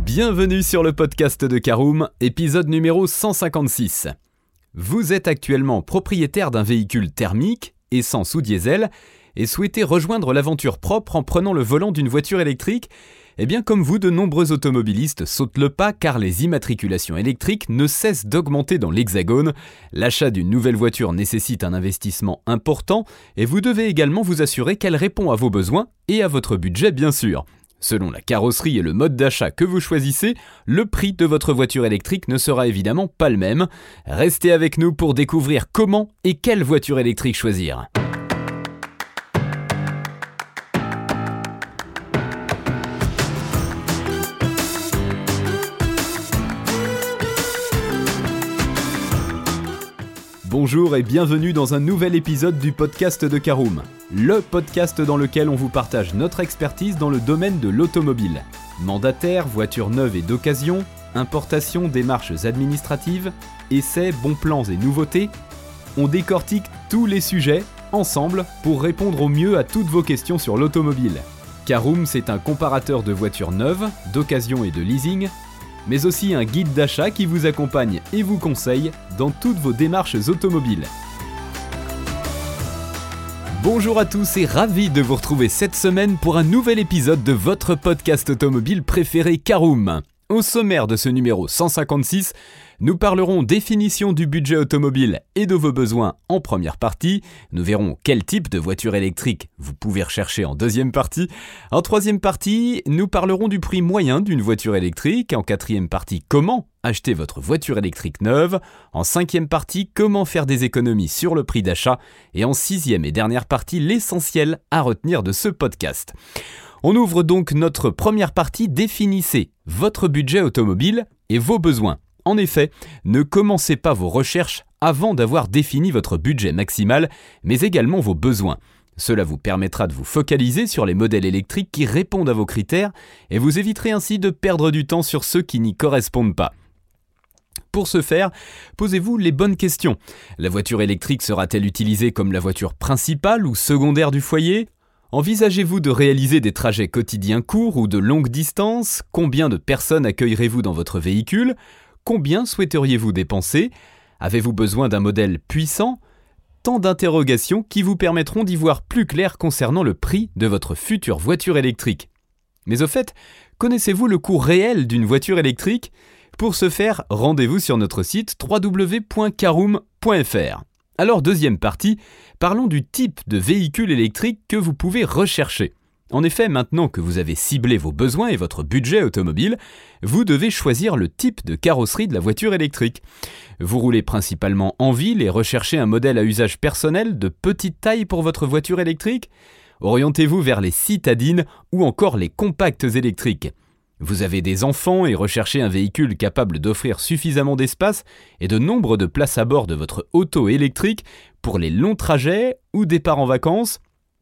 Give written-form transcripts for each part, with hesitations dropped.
Bienvenue sur le podcast de Caroom, épisode numéro 156. Vous êtes actuellement propriétaire d'un véhicule thermique, essence ou diesel, et souhaitez rejoindre l'aventure propre en prenant le volant d'une voiture électrique. Eh bien, comme vous, de nombreux automobilistes sautent le pas car les immatriculations électriques ne cessent d'augmenter dans l'Hexagone. L'achat d'une nouvelle voiture nécessite un investissement important et vous devez également vous assurer qu'elle répond à vos besoins et à votre budget bien sûr. Selon la carrosserie et le mode d'achat que vous choisissez, le prix de votre voiture électrique ne sera évidemment pas le même. Restez avec nous pour découvrir comment et quelle voiture électrique choisir. Bonjour et bienvenue dans un nouvel épisode du podcast de Caroom, le podcast dans lequel on vous partage notre expertise dans le domaine de l'automobile. Mandataire, voitures neuves et d'occasion, importation, démarches administratives, essais, bons plans et nouveautés, on décortique tous les sujets ensemble pour répondre au mieux à toutes vos questions sur l'automobile. Caroom, c'est un comparateur de voitures neuves, d'occasion et de leasing, mais aussi un guide d'achat qui vous accompagne et vous conseille dans toutes vos démarches automobiles. Bonjour à tous et ravi de vous retrouver cette semaine pour un nouvel épisode de votre podcast automobile préféré Caroom. Au sommaire de ce numéro 156, nous parlerons définition du budget automobile et de vos besoins en première partie. Nous verrons quel type de voiture électrique vous pouvez rechercher en deuxième partie. En troisième partie, nous parlerons du prix moyen d'une voiture électrique. En quatrième partie, comment acheter votre voiture électrique neuve. En cinquième partie, comment faire des économies sur le prix d'achat. Et en sixième et dernière partie, l'essentiel à retenir de ce podcast. On ouvre donc notre première partie, définissez votre budget automobile et vos besoins. En effet, ne commencez pas vos recherches avant d'avoir défini votre budget maximal, mais également vos besoins. Cela vous permettra de vous focaliser sur les modèles électriques qui répondent à vos critères et vous éviterez ainsi de perdre du temps sur ceux qui n'y correspondent pas. Pour ce faire, posez-vous les bonnes questions. La voiture électrique sera-t-elle utilisée comme la voiture principale ou secondaire du foyer ? Envisagez-vous de réaliser des trajets quotidiens courts ou de longues distances ? Combien de personnes accueillerez-vous dans votre véhicule ? Combien souhaiteriez-vous dépenser ? Avez-vous besoin d'un modèle puissant ? Tant d'interrogations qui vous permettront d'y voir plus clair concernant le prix de votre future voiture électrique. Mais au fait, connaissez-vous le coût réel d'une voiture électrique ? Pour ce faire, rendez-vous sur notre site www.caroom.fr. Alors deuxième partie, parlons du type de véhicule électrique que vous pouvez rechercher. En effet, maintenant que vous avez ciblé vos besoins et votre budget automobile, vous devez choisir le type de carrosserie de la voiture électrique. Vous roulez principalement en ville et recherchez un modèle à usage personnel de petite taille pour votre voiture électrique ? Orientez-vous vers les citadines ou encore les compacts électriques. Vous avez des enfants et recherchez un véhicule capable d'offrir suffisamment d'espace et de nombre de places à bord de votre auto électrique pour les longs trajets ou départs en vacances ?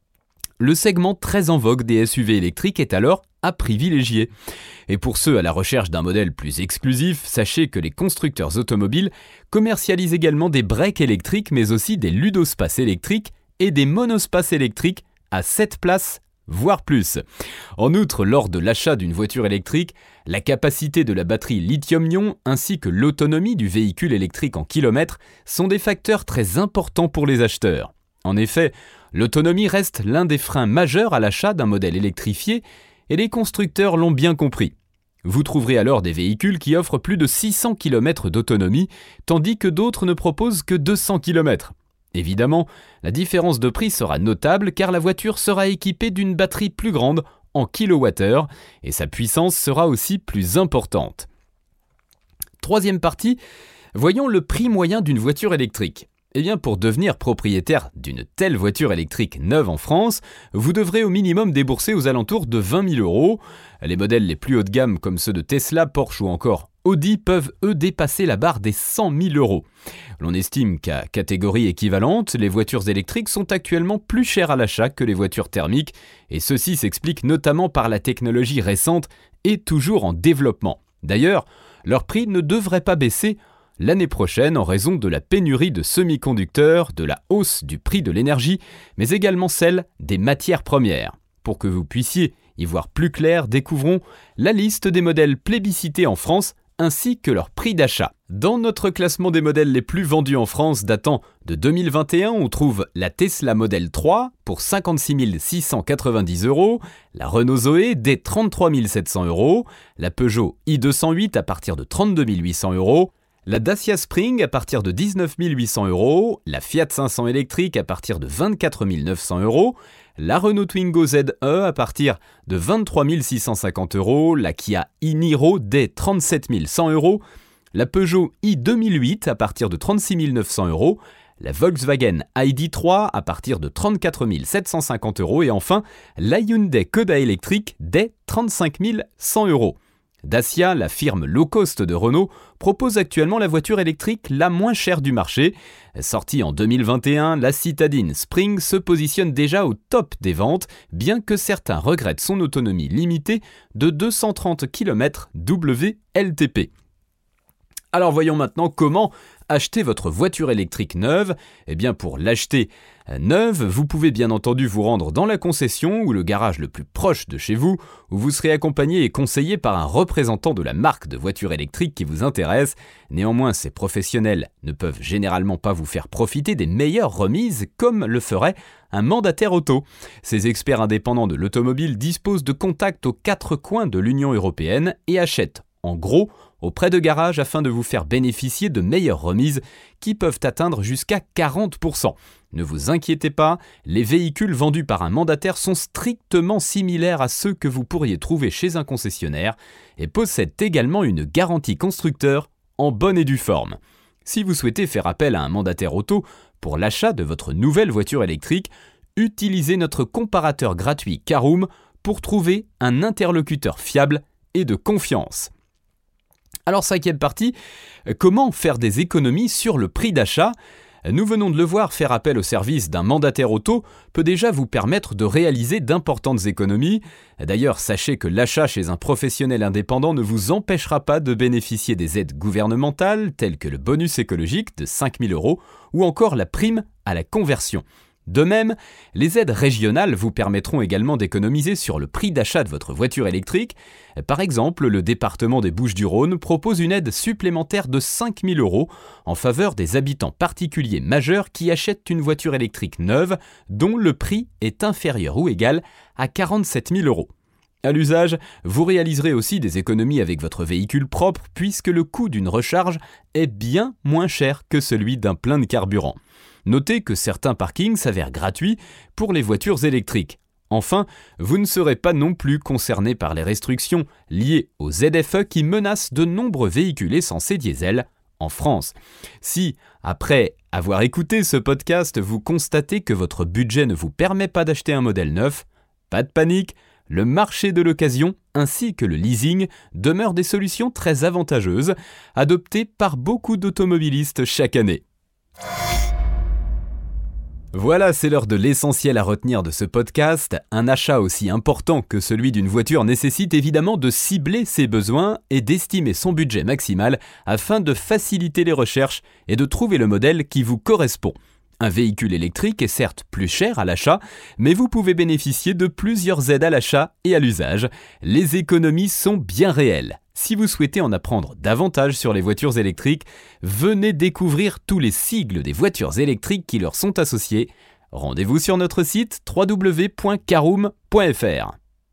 Le segment très en vogue des SUV électriques est alors à privilégier. Et pour ceux à la recherche d'un modèle plus exclusif, sachez que les constructeurs automobiles commercialisent également des breaks électriques mais aussi des ludospaces électriques et des monospaces électriques à 7 places, voire plus. En outre, lors de l'achat d'une voiture électrique, la capacité de la batterie lithium-ion ainsi que l'autonomie du véhicule électrique en kilomètres sont des facteurs très importants pour les acheteurs. En effet, l'autonomie reste l'un des freins majeurs à l'achat d'un modèle électrifié et les constructeurs l'ont bien compris. Vous trouverez alors des véhicules qui offrent plus de 600 km d'autonomie, tandis que d'autres ne proposent que 200 km. Évidemment, la différence de prix sera notable car la voiture sera équipée d'une batterie plus grande en kilowattheure et sa puissance sera aussi plus importante. Troisième partie, voyons le prix moyen d'une voiture électrique. Eh bien, pour devenir propriétaire d'une telle voiture électrique neuve en France, vous devrez au minimum débourser aux alentours de 20 000 €. Les modèles les plus haut de gamme comme ceux de Tesla, Porsche ou encore Audi peuvent eux dépasser la barre des 100 000 €. L'on estime qu'à catégorie équivalente, les voitures électriques sont actuellement plus chères à l'achat que les voitures thermiques et ceci s'explique notamment par la technologie récente et toujours en développement. D'ailleurs, leur prix ne devrait pas baisser l'année prochaine en raison de la pénurie de semi-conducteurs, de la hausse du prix de l'énergie, mais également celle des matières premières. pour que vous puissiez y voir plus clair, découvrons la liste des modèles plébiscités en France ainsi que leur prix d'achat. Dans notre classement des modèles les plus vendus en France datant de 2021, on trouve la Tesla Model 3 pour 56 690 €, la Renault Zoé dès 33 700 €, la Peugeot i208 à partir de 32 800 €, la Dacia Spring à partir de 19 800 €, la Fiat 500 électrique à partir de 24 900 €, la Renault Twingo ZE à partir de 23 650 €, la Kia e-Niro dès 37 100 €, la Peugeot i2008 à partir de 36 900 €, la Volkswagen ID.3 à partir de 34 750 € et enfin la Hyundai Koda électrique dès 35 100 €. Dacia, la firme low-cost de Renault, propose actuellement la voiture électrique la moins chère du marché. Sortie en 2021, la citadine Spring se positionne déjà au top des ventes, bien que certains regrettent son autonomie limitée de 230 km WLTP. Alors voyons maintenant comment acheter votre voiture électrique neuve. Eh bien pour l'acheter neuve, vous pouvez bien entendu vous rendre dans la concession ou le garage le plus proche de chez vous, où vous serez accompagné et conseillé par un représentant de la marque de voiture électrique qui vous intéresse. Néanmoins, ces professionnels ne peuvent généralement pas vous faire profiter des meilleures remises comme le ferait un mandataire auto. Ces experts indépendants de l'automobile disposent de contacts aux 4 coins de l'Union européenne et achètent en gros auprès de garages afin de vous faire bénéficier de meilleures remises qui peuvent atteindre jusqu'à 40%. Ne vous inquiétez pas, les véhicules vendus par un mandataire sont strictement similaires à ceux que vous pourriez trouver chez un concessionnaire et possèdent également une garantie constructeur en bonne et due forme. Si vous souhaitez faire appel à un mandataire auto pour l'achat de votre nouvelle voiture électrique, utilisez notre comparateur gratuit Caroom pour trouver un interlocuteur fiable et de confiance. Alors 5e partie, comment faire des économies sur le prix d'achat ? Nous venons de le voir, faire appel au service d'un mandataire auto peut déjà vous permettre de réaliser d'importantes économies. D'ailleurs, sachez que l'achat chez un professionnel indépendant ne vous empêchera pas de bénéficier des aides gouvernementales telles que le bonus écologique de 5 000 € ou encore la prime à la conversion. De même, les aides régionales vous permettront également d'économiser sur le prix d'achat de votre voiture électrique. Par exemple, le département des Bouches-du-Rhône propose une aide supplémentaire de 5 000 € en faveur des habitants particuliers majeurs qui achètent une voiture électrique neuve dont le prix est inférieur ou égal à 47 000 €. À l'usage, vous réaliserez aussi des économies avec votre véhicule propre puisque le coût d'une recharge est bien moins cher que celui d'un plein de carburant. Notez que certains parkings s'avèrent gratuits pour les voitures électriques. Enfin, vous ne serez pas non plus concerné par les restrictions liées au ZFE qui menacent de nombreux véhicules essence et diesel en France. Si, après avoir écouté ce podcast, vous constatez que votre budget ne vous permet pas d'acheter un modèle neuf, pas de panique, le marché de l'occasion ainsi que le leasing demeurent des solutions très avantageuses, adoptées par beaucoup d'automobilistes chaque année. Voilà, c'est l'heure de l'essentiel à retenir de ce podcast. Un achat aussi important que celui d'une voiture nécessite évidemment de cibler ses besoins et d'estimer son budget maximal afin de faciliter les recherches et de trouver le modèle qui vous correspond. Un véhicule électrique est certes plus cher à l'achat, mais vous pouvez bénéficier de plusieurs aides à l'achat et à l'usage. Les économies sont bien réelles. Si vous souhaitez en apprendre davantage sur les voitures électriques, venez découvrir tous les sigles des voitures électriques qui leur sont associés. Rendez-vous sur notre site www.caroom.fr.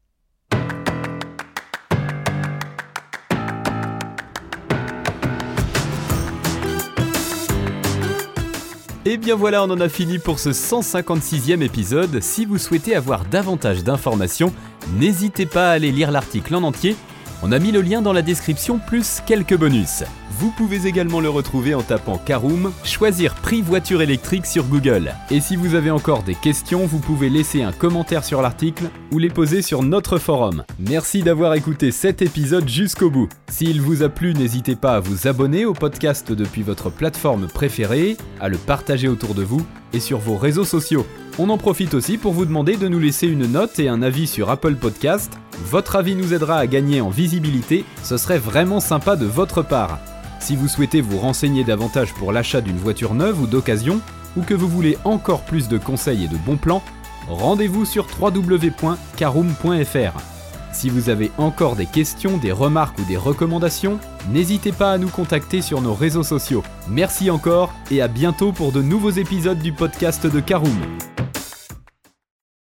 Et bien voilà, on en a fini pour ce 156e épisode. Si vous souhaitez avoir davantage d'informations, n'hésitez pas à aller lire l'article en entier. On a mis le lien dans la description plus quelques bonus. Vous pouvez également le retrouver en tapant Caroom, choisir prix voiture électrique sur Google. Et si vous avez encore des questions, vous pouvez laisser un commentaire sur l'article ou les poser sur notre forum. Merci d'avoir écouté cet épisode jusqu'au bout. S'il vous a plu, n'hésitez pas à vous abonner au podcast depuis votre plateforme préférée, à le partager autour de vous et sur vos réseaux sociaux. On en profite aussi pour vous demander de nous laisser une note et un avis sur Apple Podcast. Votre avis nous aidera à gagner en visibilité, ce serait vraiment sympa de votre part. Si vous souhaitez vous renseigner davantage pour l'achat d'une voiture neuve ou d'occasion, ou que vous voulez encore plus de conseils et de bons plans, rendez-vous sur www.caroom.fr. Si vous avez encore des questions, des remarques ou des recommandations, n'hésitez pas à nous contacter sur nos réseaux sociaux. Merci encore et à bientôt pour de nouveaux épisodes du podcast de Caroom.